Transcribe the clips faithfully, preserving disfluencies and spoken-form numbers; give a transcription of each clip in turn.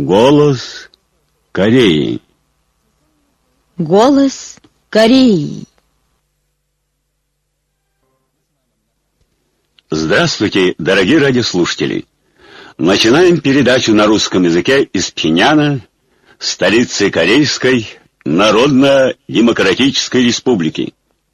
Голос Кореи. Голос Кореи. Здравствуйте, дорогие радиослушатели! Начинаем передачу на русском языке из Пхеньяна, столицы Корейской Народно-Демократической Республики.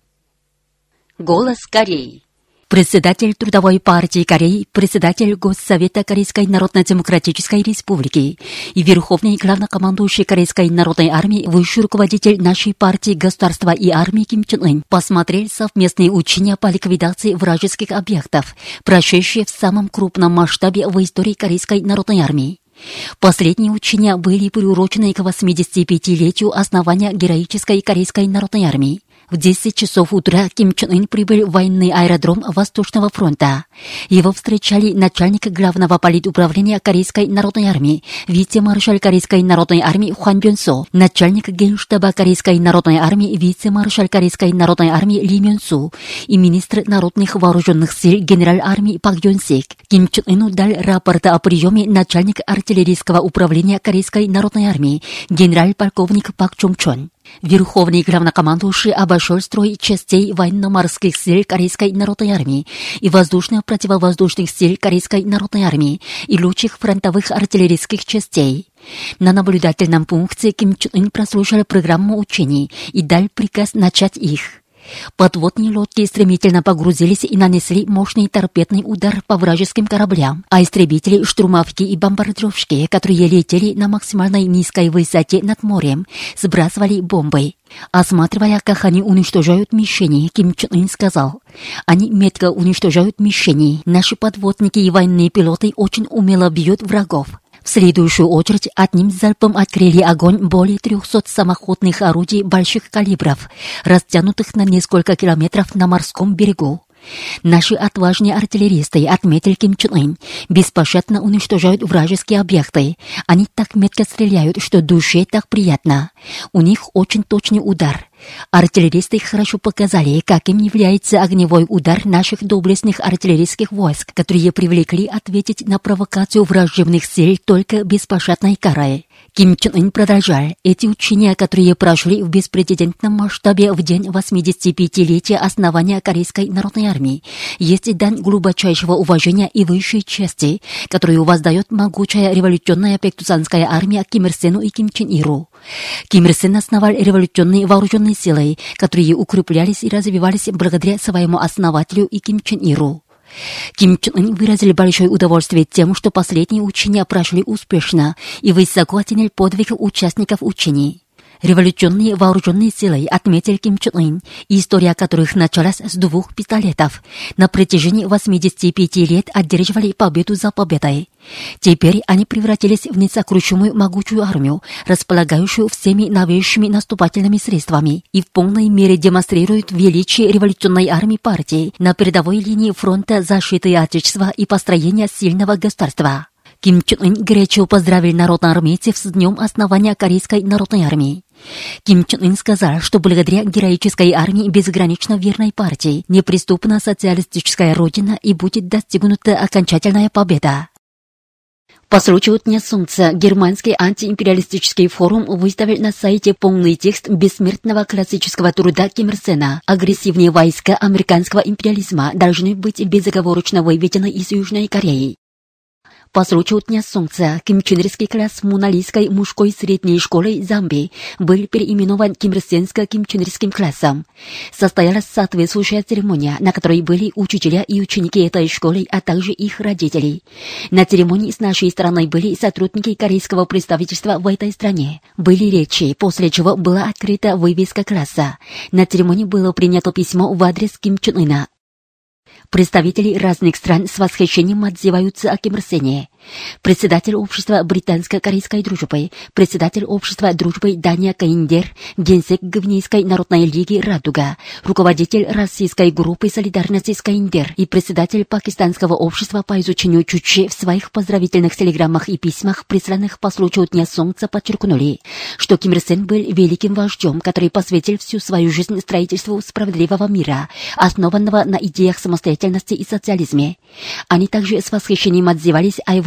Голос Кореи. Председатель Трудовой партии Кореи, председатель Госсовета Корейской Народно-Демократической Республики и верховный главнокомандующий Корейской народной армии, высший руководитель нашей партии, государства и армии Ким Чен Ын посмотрел совместные учения по ликвидации вражеских объектов, прошедшие в самом крупном масштабе в истории Корейской народной армии. Последние учения были приурочены к восьмидесятипятилетию основания героической Корейской народной армии. В десять часов утра Ким Чен Ын прибыл в военный аэродром Восточного фронта. Его встречали начальник главного политуправления Корейской народной армии, вице-маршал Корейской народной армии Хван Бён Со, начальник генштаба Корейской народной армии, вице-маршал Корейской народной армии Ли Мён Су и министр народных вооруженных сил генерал армии Пак Ён Сик. Ким Чен Ыну дал рапорт о приеме начальник артиллерийского управления Корейской народной армии генерал-полковник Пак Чон Чон. Верховный главнокомандующий обошел строй частей военно-морских сил Корейской народной армии и воздушно-противовоздушных сил Корейской народной армии и лучших фронтовых артиллерийских частей. На наблюдательном пункте Ким Чен Ын прослушал программу учений и дал приказ начать их. Подводные лодки стремительно погрузились и нанесли мощный торпедный удар по вражеским кораблям, а истребители, штурмовки и бомбардировщики, которые летели на максимальной низкой высоте над морем, сбрасывали бомбы. Осматривая, как они уничтожают мишени, Ким Чен Ын сказал: «Они метко уничтожают мишени. Наши подводники и военные пилоты очень умело бьют врагов». В следующую очередь одним залпом открыли огонь более трехсот самоходных орудий больших калибров, растянутых на несколько километров на морском берегу. Наши отважные артиллеристы, отметил Ким Чен Ын, беспощадно уничтожают вражеские объекты. Они так метко стреляют, что душе так приятно. У них очень точный удар. Артиллеристы хорошо показали, каким является огневой удар наших доблестных артиллерийских войск, которые привлекли ответить на провокацию враждебных сил только беспощадной карой. Ким Чен Ын продолжал: эти учения, которые прошли в беспрецедентном масштабе в день восьмидесятипятилетия основания Корейской народной армии, есть дань глубочайшего уважения и высшей чести, которую воздает могучая революционная пектусанская армия Ким Ир Сену и Ким Чен Иру. Ким Ир Сен основал революционные вооруженные силы, которые укреплялись и развивались благодаря своему основателю и Ким Чен Иру. Ким Чен Ын выразил большое удовольствие тем, что последние учения прошли успешно и высоко оценил подвиг участников учений. Революционные вооруженные силы, отметил Ким Чен Ын, история которых началась с двух пистолетов, на протяжении восьмидесяти пяти лет одерживали победу за победой. Теперь они превратились в несокрушимую могучую армию, располагающую всеми новейшими наступательными средствами и в полной мере демонстрируют величие революционной армии партии на передовой линии фронта защиты Отечества и построения сильного государства. Ким Чен Ын горячо поздравил народноармейцев с днем основания Корейской народной армии. Ким Чен Ын сказал, что благодаря героической армии безгранично верной партии неприступна социалистическая родина и будет достигнута окончательная победа. По случаю Дня Солнца Германский антиимпериалистический форум выставил на сайте полный текст бессмертного классического труда Ким Ир Сена. Агрессивные войска американского империализма должны быть безоговорочно выведены из Южной Кореи. По случаю Дня Солнца кимченерский класс Муналийской мужской средней школы Замбии был переименован кимирсенско-кимченерским классом. Состоялась соответствующая церемония, на которой были учителя и ученики этой школы, а также их родители. На церемонии с нашей стороны были сотрудники корейского представительства в этой стране. Были речи, после чего была открыта вывеска класса. На церемонии было принято письмо в адрес Ким Чен Ына. Представители разных стран с восхищением отзываются о Ким Ир Сене. Председатель общества британско-корейской дружбы, председатель общества дружбы Дания Каиндер, генсек Гвинейской народной лиги Радуга, руководитель российской группы солидарности с Каиндер и председатель пакистанского общества по изучению чучхи в своих поздравительных телеграммах и письмах, присланных по случаю Дня Солнца, подчеркнули, что Ким Ир Сен был великим вождем, который посвятил всю свою жизнь строительству справедливого мира, основанного на идеях самостоятельности и социализме. Они также с восхищением отзывались о его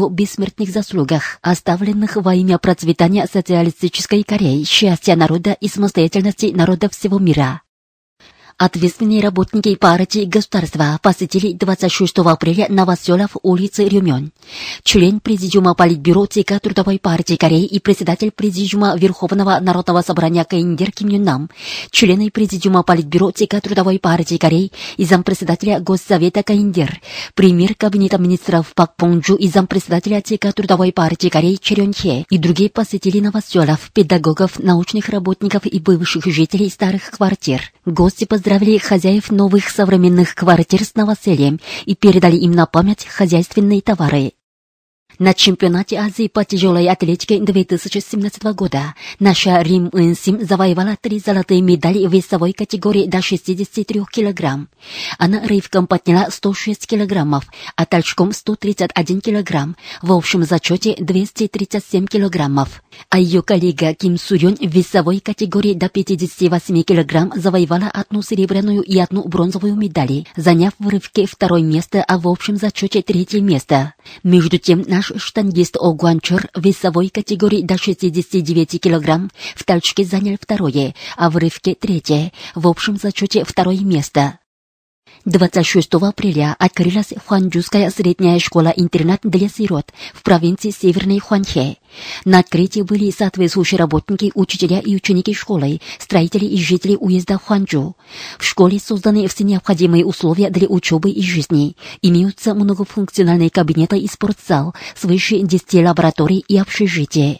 его бессмертных заслугах, оставленных во имя процветания социалистической Кореи, счастья народа и самостоятельности народов всего мира. Ответственные работники партии и государства посетили двадцать шестого апреля Новоселов, улицы Рюмён. Член Президиума Политбюро ЦК Трудовой партии Кореи и председатель Президиума Верховного народного собрания КНДР Ким Юн Нам, члены Президиума Политбюро ЦК Трудовой партии Кореи и зампредседателя Госсовета КНДР, премьер Кабинета министров Пак Понджу и зампредседателя ЦК Трудовой партии Кореи Чорён Хе и другие посетили Новоселов, педагогов, научных работников и бывших жителей старых квартир. Гости поздравили хозяев новых современных квартир с новосельем и передали им на память хозяйственные товары. На чемпионате Азии по тяжелой атлетике две тысячи семнадцатого года наша Рим Ын-Сим завоевала три золотые медали в весовой категории до шестидесяти трёх килограмм. Она рывком подняла сто шесть килограммов, а толчком сто тридцать один килограмм, в общем зачете двести тридцать семь килограммов. А ее коллега Ким Сурён в весовой категории до пятидесяти восьми килограмм завоевала одну серебряную и одну бронзовую медали, заняв в рывке второе место, а в общем зачете третье место. Между тем, наш штангист О Гуан Чор в весовой категории до шестидесяти девяти килограмм в толчке занял второе, а в рывке третье, в общем зачете второе место. двадцать шестого апреля открылась Хванчжуская средняя школа-интернат для сирот в провинции Северной Хванхэ. На открытии были соответствующие работники, учителя и ученики школы, строители и жители уезда Хванчжу. В школе созданы все необходимые условия для учебы и жизни. Имеются многофункциональные кабинеты и спортзал, свыше десяти лабораторий и общежития.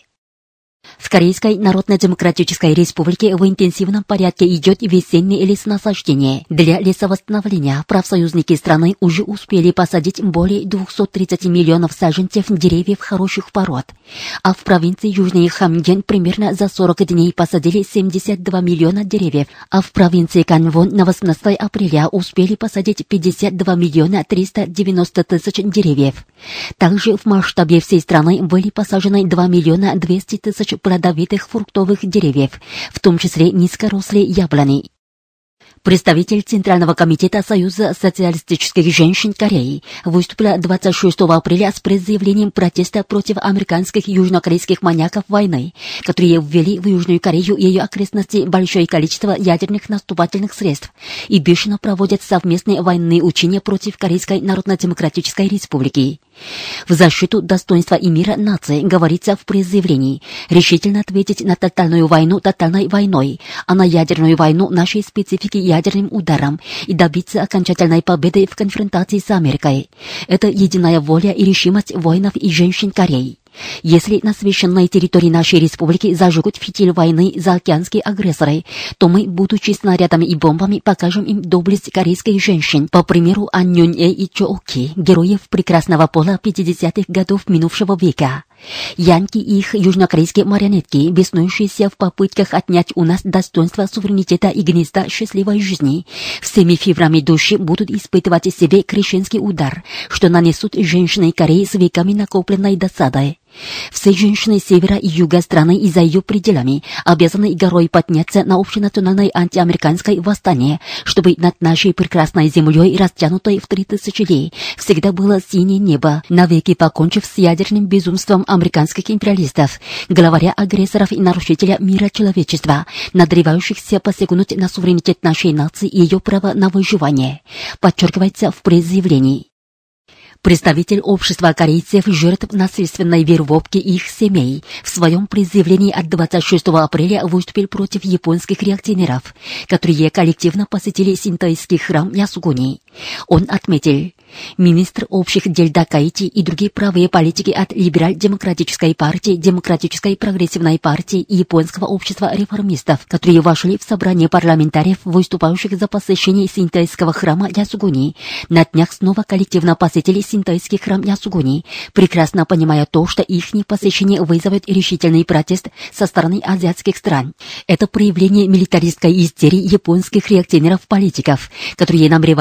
В Корейской Народно-Демократической Республике в интенсивном порядке идет весеннее лесонасаждение. Для лесовосстановления профсоюзники страны уже успели посадить более двухсот тридцати миллионов саженцев деревьев хороших пород. А в провинции Южный Хамгён примерно за сорок дней посадили семьдесят два миллиона деревьев, а в провинции Канвон на восемнадцатое апреля успели посадить пятьдесят два миллиона триста девяносто тысяч деревьев. Также в масштабе всей страны были посажены два миллиона двести тысяч плодовитых фруктовых деревьев, в том числе низкорослые яблони. Представитель Центрального комитета Союза социалистических женщин Кореи выступила двадцать шестого апреля с пресс-заявлением протеста против американских и южнокорейских маньяков войны, которые ввели в Южную Корею и ее окрестности большое количество ядерных наступательных средств и бешено проводят совместные военные учения против Корейской Народно-Демократической Республики. В защиту достоинства и мира нации говорится в пресс-заявлении решительно ответить на тотальную войну тотальной войной, а на ядерную войну нашей специфики ядерным ударом и добиться окончательной победы в конфронтации с Америкой. Это единая воля и решимость воинов и женщин Кореи. Если на священной территории нашей республики зажгут фитиль войны заокеанские агрессоры, то мы, будучи снарядами и бомбами, покажем им доблесть корейских женщин, по примеру Ан Юнь-э и Чо Оки, героев прекрасного пола пятидесятых годов минувшего века. Янки и их южнокорейские марионетки, беснующиеся в попытках отнять у нас достоинство суверенитета и гнезда счастливой жизни, всеми фибрами души будут испытывать себе крещенский удар, что нанесут женщины Кореи с веками накопленной досадой. Все женщины севера и юга страны и за ее пределами обязаны горой подняться на общенациональное антиамериканское восстание, чтобы над нашей прекрасной землей, растянутой в три тысячи лет, всегда было синее небо, навеки покончив с ядерным безумством американских империалистов, главаря агрессоров и нарушителя мира человечества, надревающихся посягнуть на суверенитет нашей нации и ее право на выживание, подчеркивается в пресс-заявлении. Представитель общества корейцев жертв насильственной вербовки их семей в своем пресс-заявлении от двадцать шестого апреля выступил против японских реакционеров, которые коллективно посетили синтоистский храм Ясугуни. Он отметил, министр общих дел Дакаити и другие правые политики от Либераль-демократической партии, Демократической прогрессивной партии и Японского общества реформистов, которые вошли в собрание парламентариев, выступающих за посещение синтоистского храма Ясугуни, на днях снова коллективно посетили синтоистский храм Ясугуни, прекрасно понимая то, что их посещение вызовет решительный протест со стороны азиатских стран. Это проявление милитаристской истерии японских реакционеров-политиков, которые намереваются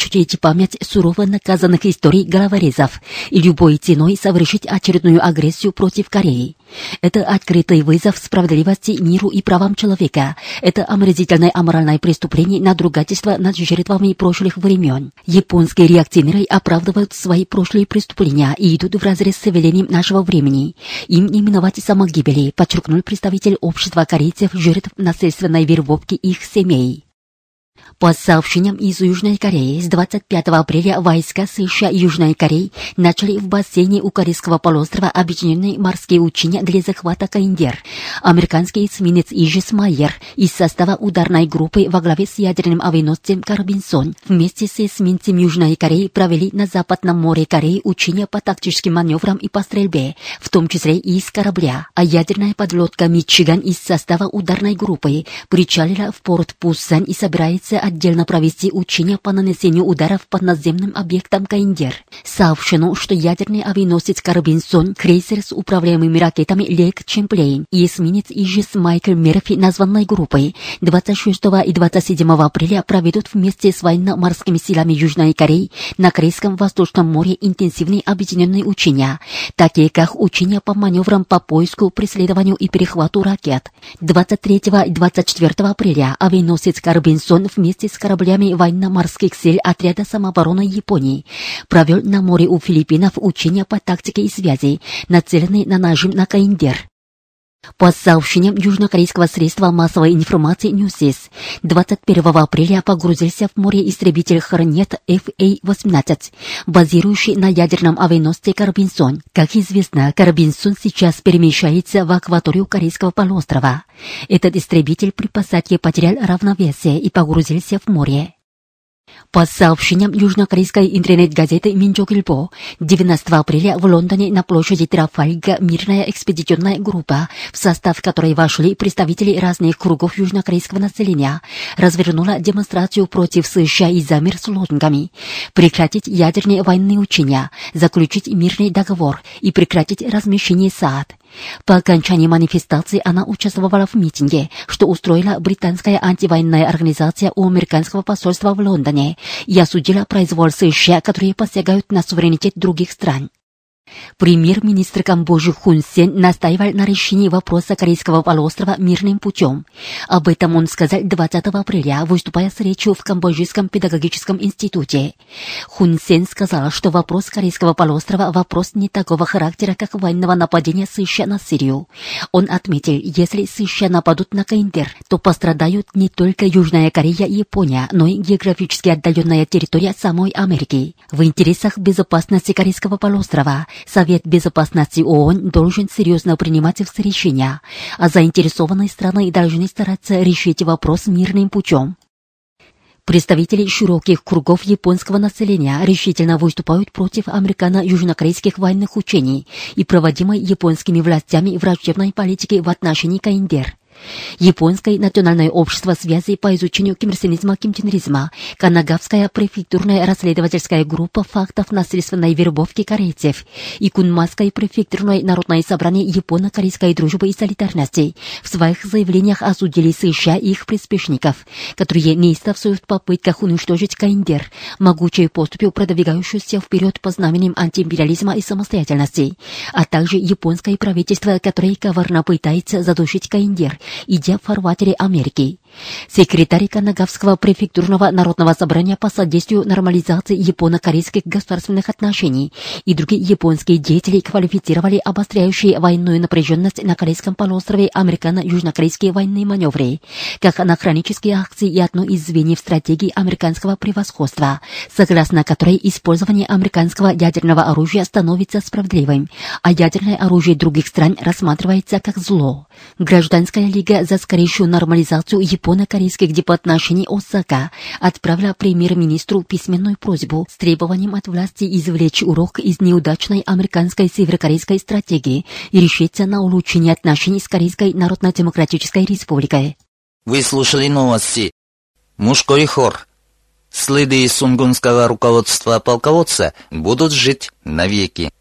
учтить память сурово наказанных историй головорезов и любой ценой совершить очередную агрессию против Кореи. Это открытый вызов справедливости, миру и правам человека. Это омерзительное аморальное преступление надругательства над жертвами прошлых времен. Японские реакционеры оправдывают свои прошлые преступления и идут вразрез с явлением нашего времени. Им не миновать самогибели, подчеркнул представитель общества корейцев жертв насильственной вербовки их семей. По сообщениям из Южной Кореи, с двадцать пятого апреля войска США и Южной Кореи начали в бассейне у Корейского полуострова объединенные морские учения для захвата Каиндер. Американский эсминец Игис Майер из состава ударной группы во главе с ядерным авианосцем Карбинсон вместе с эсминцем Южной Кореи провели на Западном море Кореи учения по тактическим маневрам и по стрельбе, в том числе и из корабля. А ядерная подлодка Мичиган из состава ударной группы причалила в порт Пусан и собирается отдельно провести учения по нанесению ударов по наземным объектам Каиндер. Сообщено, что ядерный авианосец Карбинсон, крейсер с управляемыми ракетами Лейк Чемплейн и эсминец Игис Майкл Мерфи названной группой двадцать шестого и двадцать седьмого апреля проведут вместе с военно-морскими силами Южной Кореи на Корейском Восточном море интенсивные объединенные учения, такие как учения по маневрам по поиску, преследованию и перехвату ракет. двадцать третьего и двадцать четвёртого апреля авианосец Карбинсон вместе с кораблями военно-морских сил отряда самообороны Японии провел на море у Филиппинов учения по тактике и связи, нацеленные на нажим на Каиндер. По сообщениям южнокорейского средства массовой информации Ньюсис, двадцать первого апреля погрузился в море истребитель Хорнет эф эй восемнадцать, базирующий на ядерном авианосце Карбинсон. Как известно, Карбинсон сейчас перемещается в акваторию Корейского полуострова. Этот истребитель при посадке потерял равновесие и погрузился в море. По сообщениям южнокорейской интернет-газеты Минчок-Ильбо, девятнадцатого апреля в Лондоне на площади Трафальга мирная экспедиционная группа, в состав которой вошли представители разных кругов южнокорейского населения, развернула демонстрацию против США из-за мир с лозунгами «Прекратить ядерные военные учения», «Заключить мирный договор» и «Прекратить размещение СААД». По окончании манифестации она участвовала в митинге, что устроила британская антивоенная организация у американского посольства в Лондоне, и осудила произвол США, которые посягают на суверенитет других стран. Премьер-министр Камбоджи Хун Сен настаивал на решении вопроса Корейского полуострова мирным путем. Об этом он сказал двадцатого апреля, выступая с речью в Камбоджийском педагогическом институте. Хун Сен сказал, что вопрос Корейского полуострова – вопрос не такого характера, как военного нападения США на Сирию. Он отметил, если США нападут на Каиндер, то пострадают не только Южная Корея и Япония, но и географически отдаленная территория самой Америки. В интересах безопасности Корейского полуострова Совет Безопасности ООН должен серьезно принимать все решения, а заинтересованные страны должны стараться решить вопрос мирным путем. Представители широких кругов японского населения решительно выступают против американо-южнокорейских военных учений и проводимой японскими властями враждебной политики в отношении Каиндер. Японское национальное общество связи по изучению кимирсинизма, кимченризма, Канагавская префектурная расследовательская группа фактов насильственной вербовки корейцев и Кунмасское префектурное народное собрание японо-корейской дружбы и солидарности в своих заявлениях осудили США и их приспешников, которые неистовствуют в попытках уничтожить Каиндер, могучей поступью продвигающуюся вперед по знаменем антиимпериализма и самостоятельности, а также японское правительство, которое коварно пытается задушить Каиндер, идя в фарватере Америки. Секретарь Канагавского префектурного народного собрания по содействию нормализации японо-корейских государственных отношений и другие японские деятели квалифицировали обостряющие военную напряженность на Корейском полуострове американо-южнокорейские военные маневры как анахронические акции и одно из звеньев стратегии американского превосходства, согласно которой использование американского ядерного оружия становится справедливым, а ядерное оружие других стран рассматривается как зло. Гражданская лига за скорейшую нормализацию японо-корейских дипотношений Осака отправила премьер-министру письменную просьбу с требованием от власти извлечь урок из неудачной американской северокорейской стратегии и решиться на улучшение отношений с Корейской Народно-Демократической Республикой. Вы слушали новости. Мужской хор. Следы сунгунского руководства полководца будут жить навеки.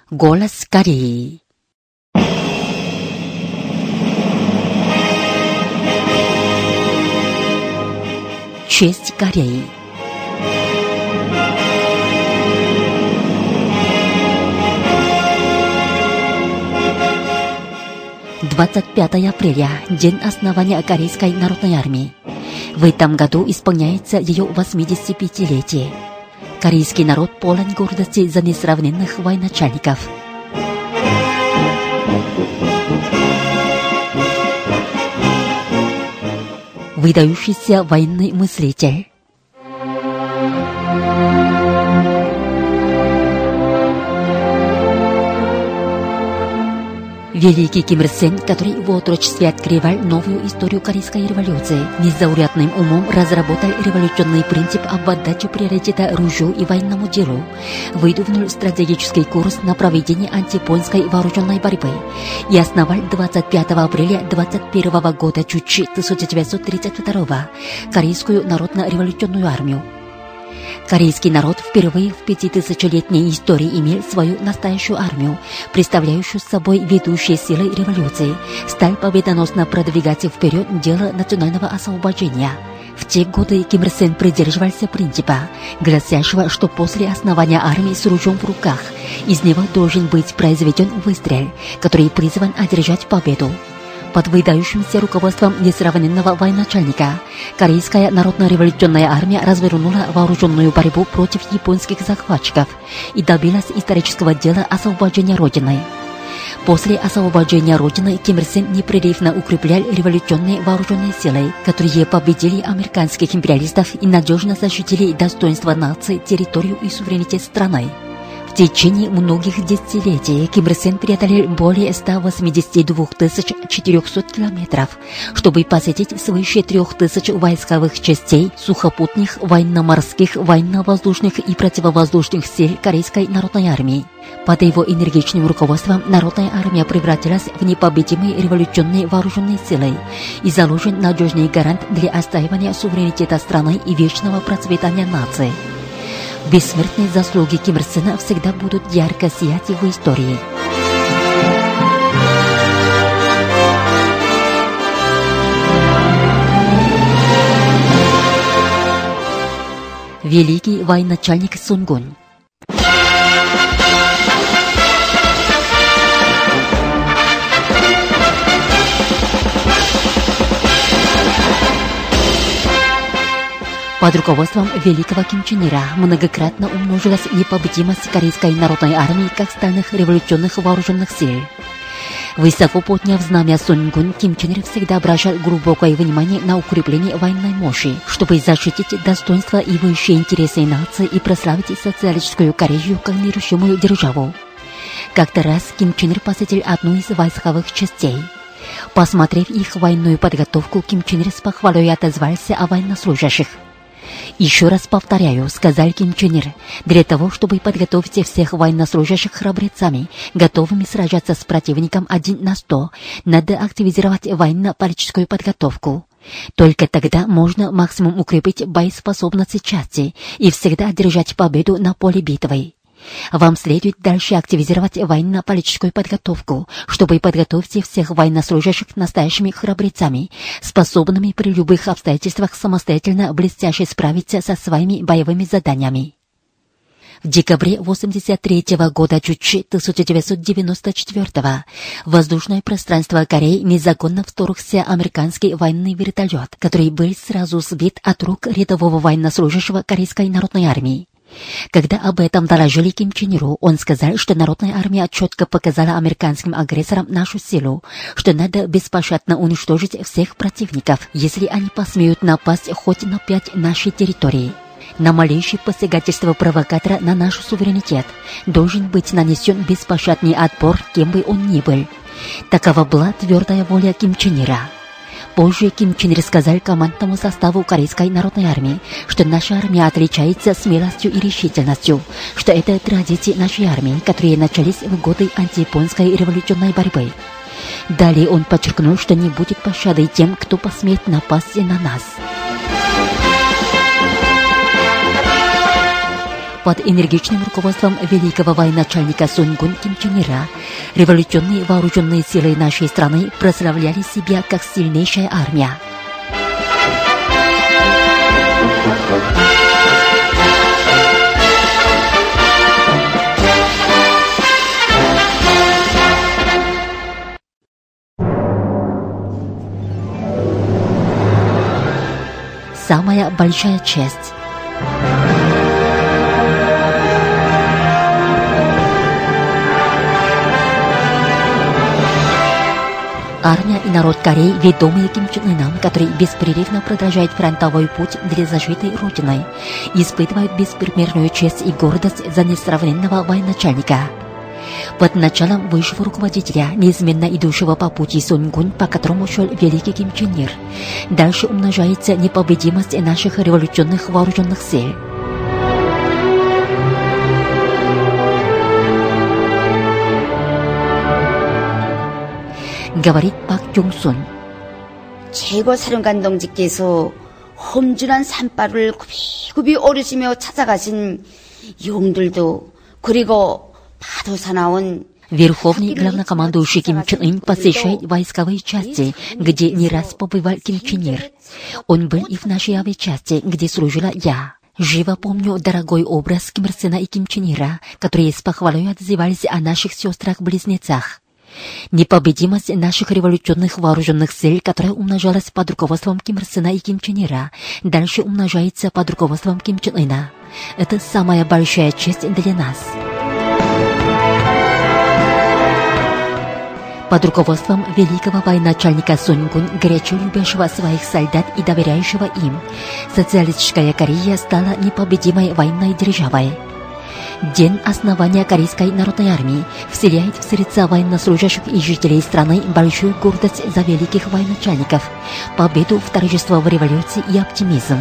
Голос Кореи. Честь Кореи. двадцать пятое апреля – день основания Корейской народной армии. В этом году исполняется ее восьмидесятипятилетие. Корейский народ полон гордости за несравненных военачальников. Выдающийся военный мыслитель. Великий Ким Ир Сен, который в отрочестве открывал новую историю Корейской революции, незаурядным умом разработал революционный принцип об отдаче приоритета оружию и военному делу, выдвинул стратегический курс на проведение антияпонской вооруженной борьбы и основал двадцать пятого апреля двадцать первого года Чучи тысяча девятьсот тридцать второго Корейскую народно-революционную армию. Корейский народ впервые в пятитысячелетней истории имел свою настоящую армию, представляющую собой ведущие силы революции, стал победоносно продвигать вперед дело национального освобождения. В те годы Ким Ир Сен придерживался принципа, гласящего, что после основания армии с ружьем в руках из него должен быть произведен выстрел, который призван одержать победу. Под выдающимся руководством несравненного военачальника Корейская народно-революционная армия развернула вооруженную борьбу против японских захватчиков и добилась исторического дела освобождения Родины. После освобождения Родины Ким Ир Сен непрерывно укреплял революционные вооруженные силы, которые победили американских империалистов и надежно защитили достоинство нации, территорию и суверенитет страны. В течение многих десятилетий Ким Ир Сен преодолел более ста восьмидесяти двух тысяч четырехсот километров, чтобы посетить свыше трех тысяч войсковых частей, сухопутных, военно-морских, военно-воздушных и противовоздушных сил Корейской народной армии. Под его энергичным руководством народная армия превратилась в непобедимые революционные вооруженные силы и заложен надежный гарант для отстаивания суверенитета страны и вечного процветания нации. Бессмертные заслуги Ким Ир Сена всегда будут ярко сиять в истории. Великий военачальник Сунгун. Под руководством великого Ким Чен Ира многократно умножилась непобедимость Корейской народной армии как стальных революционных вооруженных сил. Высоко подняв знамя Сунгун, Ким Чен Ир всегда обращал глубокое внимание на укрепление военной мощи, чтобы защитить достоинство и высшие интересы нации и прославить социалистическую Корею как нерушимую державу. Как-то раз Ким Чен Ир посетил одну из войсковых частей. Посмотрев их военную подготовку, Ким Чен Ир с похвалой отозвался о военнослужащих. «Еще раз повторяю», — сказал Ким Чен Ир, «для того, чтобы подготовить всех военнослужащих храбрецами, готовыми сражаться с противником один на сто, надо активизировать военно-политическую подготовку. Только тогда можно максимум укрепить боеспособность части и всегда одержать победу на поле битвы. Вам следует дальше активизировать военно-политическую подготовку, чтобы подготовить всех военнослужащих настоящими храбрецами, способными при любых обстоятельствах самостоятельно блестяще справиться со своими боевыми заданиями». В декабре восемьдесят третьего года Чучи тысяча девятьсот девяносто четвёртого в воздушное пространство Кореи незаконно вторгся американский военный вертолет, который был сразу сбит от рук рядового военнослужащего Корейской народной армии. Когда об этом доложили Ким Чен Иру, он сказал, что народная армия четко показала американским агрессорам нашу силу, что надо беспощадно уничтожить всех противников, если они посмеют напасть хоть на пять нашей территории. На малейшее посягательство провокатора на наш суверенитет должен быть нанесен беспощадный отпор, кем бы он ни был. Такова была твердая воля Ким Чен Ира. Позже Ким Чен Ир сказал командному составу Корейской народной армии, что наша армия отличается смелостью и решительностью, что это традиции нашей армии, которые начались в годы антияпонской революционной борьбы. Далее он подчеркнул, что не будет пощады тем, кто посмеет напасть на нас. Под энергичным руководством великого военачальника Сунгун Ким Чен Ира революционные вооруженные силы нашей страны прославляли себя как сильнейшая армия. Самая большая честь. Армия и народ Кореи, ведомые Ким Чен Ыном, который беспрерывно продолжает фронтовой путь для защиты Родины, испытывают беспримерную честь и гордость за несравненного военачальника. Под началом высшего руководителя, неизменно идущего по пути Сунгун, по которому шел великий Ким Чен Ир, дальше умножается непобедимость наших революционных вооруженных сил. Говорит Пак Чун-сун. 최고 사령관 동지께서 험준한 산발을 굽이굽이 오르시며 찾아가신 용들도 그리고 파도 사나운 Верховный главнокомандующий Ким Чен Ын посещает войсковые части, где не раз побывал Ким Чен Ир. Он был и в нашей авиачасти, где служила я. Живо помню дорогой образ Ким Ир Сена и Ким Чен Ира, которые с похвалой отзывались о наших сестрах-близнецах. Непобедимость наших революционных вооруженных сил, которая умножалась под руководством Ким Ир Сена и Ким Чен Ира, дальше умножается под руководством Ким Чен Ына. Это самая большая честь для нас. Под руководством великого военачальника Сунгун, горячо любящего своих солдат и доверяющего им, социалистическая Корея стала непобедимой военной державой. День основания Корейской народной армии вселяет в сердца военнослужащих и жителей страны большую гордость за великих военачальников, победу в торжество в революции и оптимизм.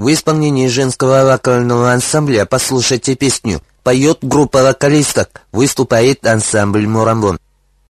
В исполнении женского вокального ансамбля «Послушайте песню» поет группа вокалисток, выступает ансамбль «Морамбон».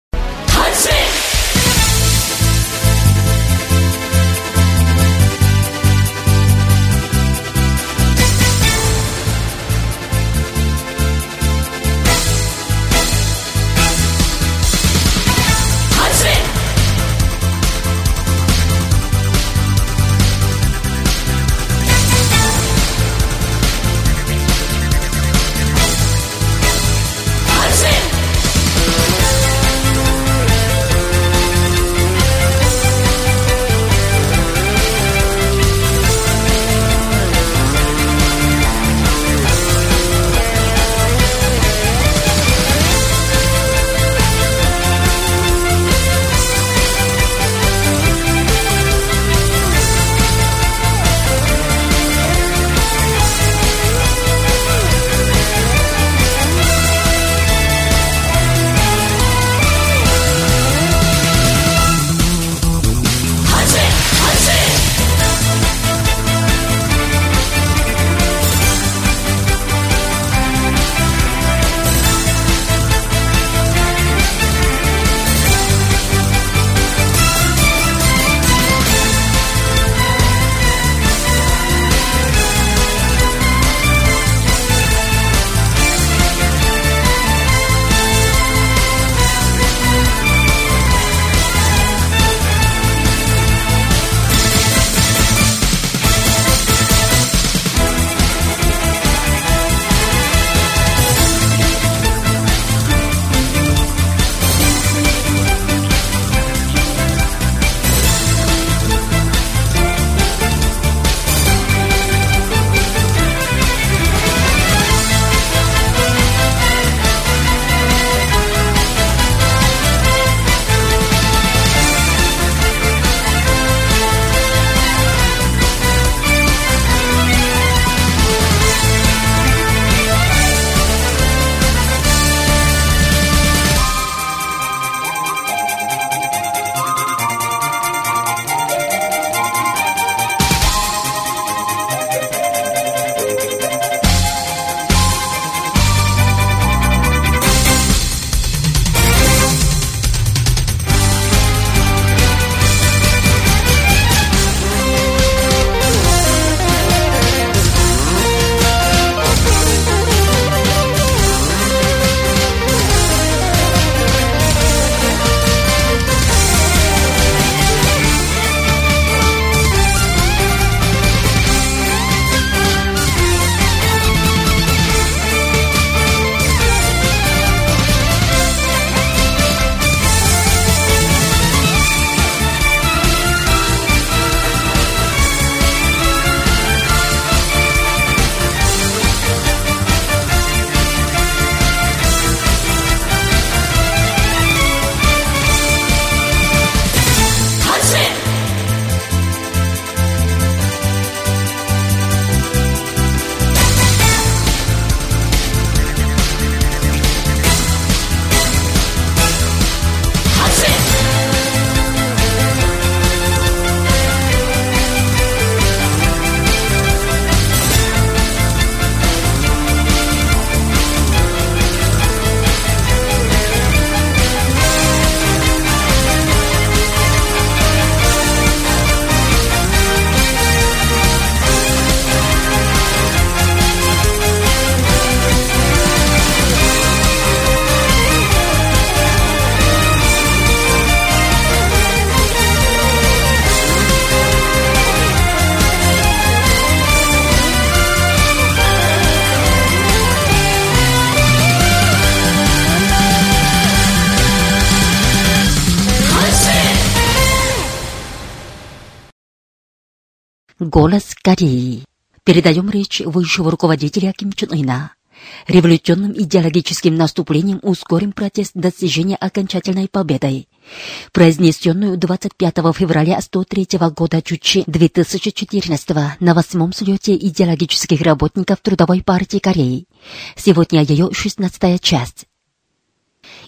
Голос Кореи. Передаем речь высшего руководителя Ким Чен Ына. Революционным идеологическим наступлением ускорим протест достижения окончательной победы, произнесенную двадцать пятого февраля сто третьего года Чучи две тысячи четырнадцатого на восьмом слете идеологических работников Трудовой партии Кореи. Сегодня ее шестнадцатая часть.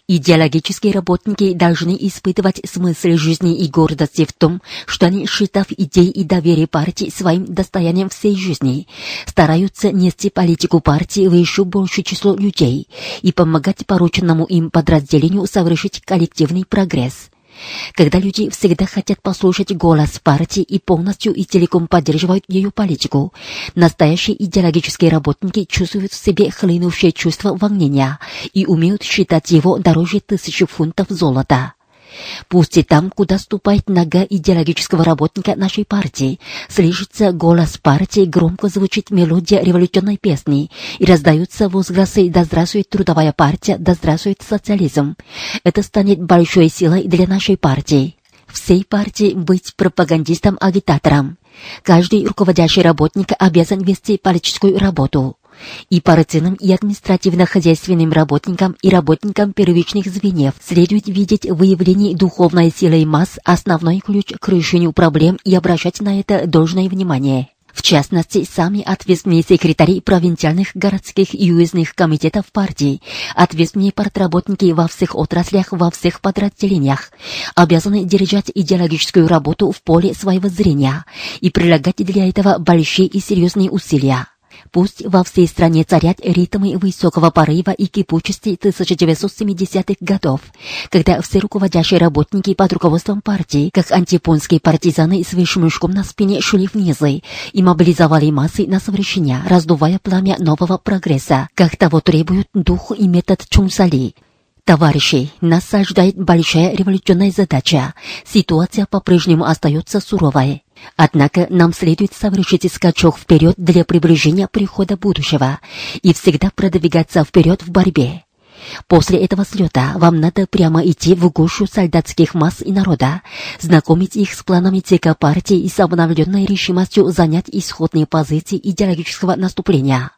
Идеологические работники должны испытывать смысл жизни и гордости в том, что они, считав идеи и доверие партии своим достоянием всей жизни, стараются нести политику партии в еще большее число людей и помогать порученному им подразделению совершить коллективный прогресс. Когда люди всегда хотят послушать голос партии и полностью и целиком поддерживают ее политику, настоящие идеологические работники чувствуют в себе хлынувшее чувство волнения и умеют считать его дороже тысячи фунтов золота. Пусть и там, куда ступает нога идеологического работника нашей партии, слышится голос партии, громко звучит мелодия революционной песни и раздаются возгласы «Да здравствует трудовая партия! Да здравствует социализм!». Это станет большой силой для нашей партии. Всей партии быть пропагандистом-агитатором. Каждый руководящий работник обязан вести политическую работу. И партийным и административно-хозяйственным работникам и работникам первичных звеньев следует видеть выявление духовной силы масс основной ключ к решению проблем и обращать на это должное внимание. В частности, сами ответственные секретари провинциальных, городских и уездных комитетов партии, ответственные партработники во всех отраслях, во всех подразделениях, обязаны держать идеологическую работу в поле своего зрения и прилагать для этого большие и серьезные усилия. Пусть во всей стране царят ритмы высокого порыва и кипучести тысяча девятьсот семидесятых годов, когда все руководящие работники под руководством партии, как антипонские партизаны с высшим мешком на спине, шли внизы и мобилизовали массы на совершение, раздувая пламя нового прогресса, как того требуют дух и метод Чунсали. Товарищи, нас ожидает большая революционная задача. Ситуация по-прежнему остается суровой. Однако нам следует совершить скачок вперед для приближения прихода будущего и всегда продвигаться вперед в борьбе. После этого слета вам надо прямо идти в гущу солдатских масс и народа, знакомить их с планами ЦК партии и с обновленной решимостью занять исходные позиции идеологического наступления.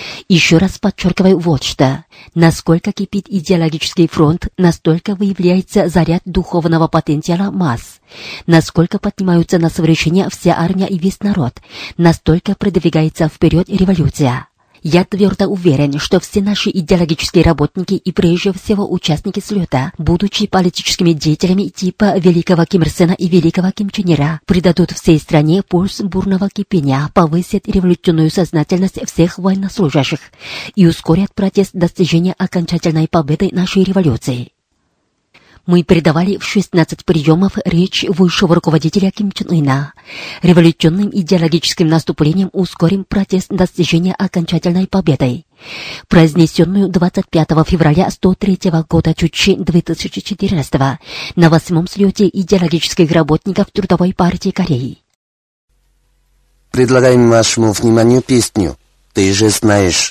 Еще раз подчеркиваю вот что. Насколько кипит идеологический фронт, настолько выявляется заряд духовного потенциала масс. Насколько поднимаются на совершение вся армия и весь народ, настолько продвигается вперед революция. Я твердо уверен, что все наши идеологические работники и прежде всего участники слета, будучи политическими деятелями типа великого Ким Ир Сена и великого Ким Чен Ира, придадут всей стране пульс бурного кипения, повысят революционную сознательность всех военнослужащих и ускорят процесс достижения окончательной победы нашей революции. Мы передавали в шестнадцать приемов речь высшего руководителя Ким Чен Ына. Революционным идеологическим наступлением ускорим процесс достижения окончательной победы. Произнесенную двадцать пятого февраля сто третьего года Чучи две тысячи четырнадцатого на восьмом слете идеологических работников Трудовой партии Кореи. Предлагаем вашему вниманию песню «Ты же знаешь».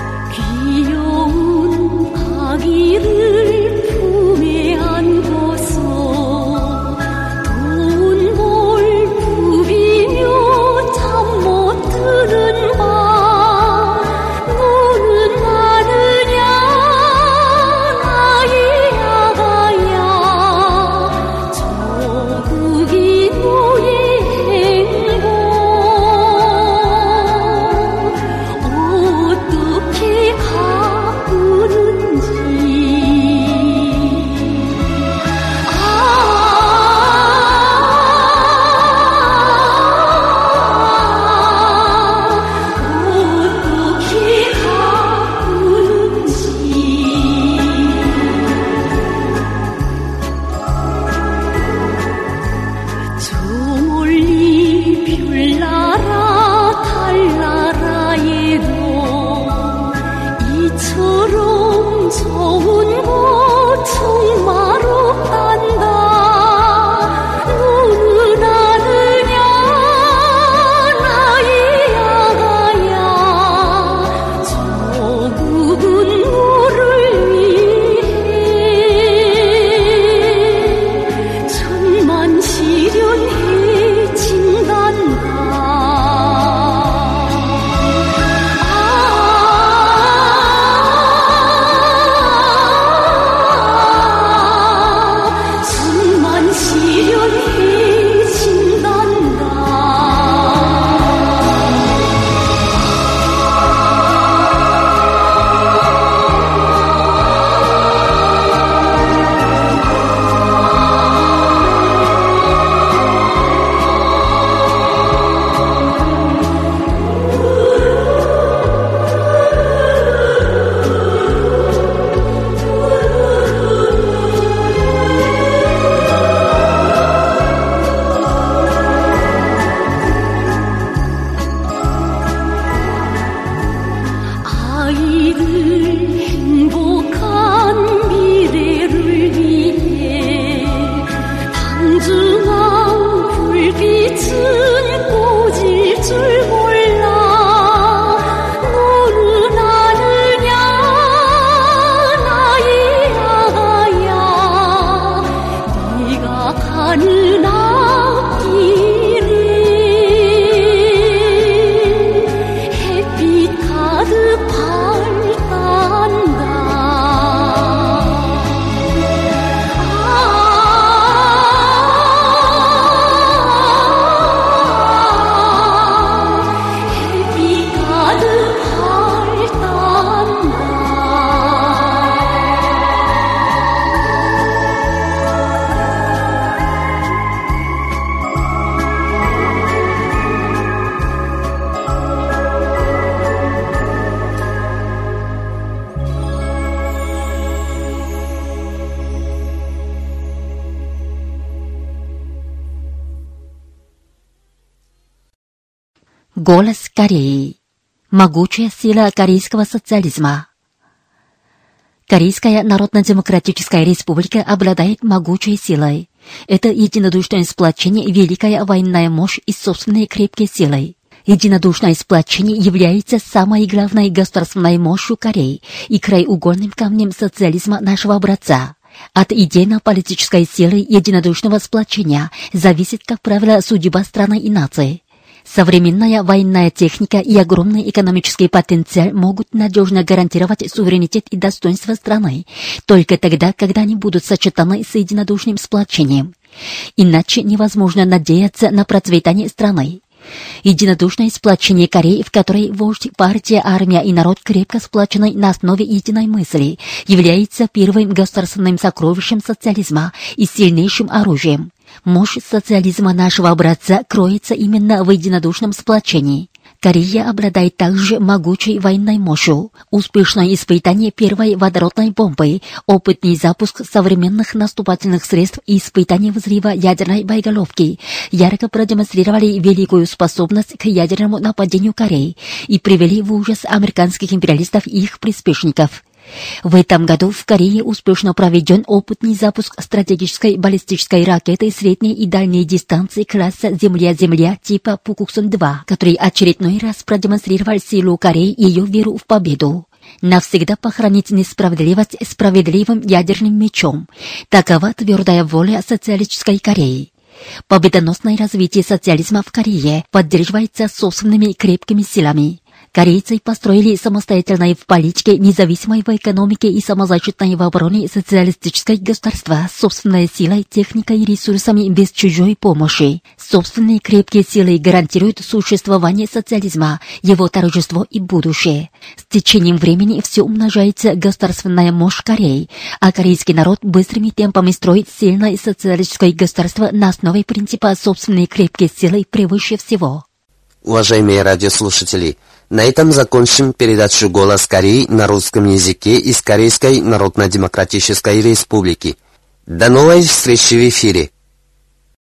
귀여운 아기를 품에 안고서 Голос Кореи. Могучая сила корейского социализма. Корейская Народно-Демократическая Республика обладает могучей силой. Это единодушное сплочение, великая военная мощь и собственные крепкие силы. Единодушное сплочение является самой главной государственной мощью Кореи и краеугольным камнем социализма нашего образца. От идейно-политической силы единодушного сплочения зависит, как правило, судьба страны и нации. Современная военная техника и огромный экономический потенциал могут надежно гарантировать суверенитет и достоинство страны только тогда, когда они будут сочетаны с единодушным сплочением. Иначе невозможно надеяться на процветание страны. Единодушное сплочение Кореи, в которой вождь, партия, армия и народ крепко сплочены на основе единой мысли, является первым государственным сокровищем социализма и сильнейшим оружием. Мощь социализма нашего образца кроется именно в единодушном сплочении. Корея обладает также могучей военной мощью. Успешное испытание первой водородной бомбы, опытный запуск современных наступательных средств и испытание взрыва ядерной боеголовки ярко продемонстрировали великую способность к ядерному нападению Кореи и привели в ужас американских империалистов и их приспешников. В этом году в Корее успешно проведен опытный запуск стратегической баллистической ракеты средней и дальней дистанции класса «Земля-Земля» типа Пукуксон два, который очередной раз продемонстрировал силу Кореи и ее веру в победу. Навсегда похоронить несправедливость справедливым ядерным мечом. Такова твердая воля социалистической Кореи. Победоносное развитие социализма в Корее поддерживается собственными крепкими силами. Корейцы построили самостоятельное в политике, независимое в экономике и самозащитное в обороне социалистическое государство с собственной силой, техникой и ресурсами без чужой помощи. Собственные крепкие силы гарантируют существование социализма, его торжество и будущее. С течением времени все умножается государственная мощь Кореи, а корейский народ быстрыми темпами строит сильное социалистическое государство на основе принципа собственной крепкие силы превыше всего. Уважаемые радиослушатели, на этом закончим передачу «Голос Кореи» на русском языке из Корейской Народно-Демократической Республики. До новой встречи в эфире!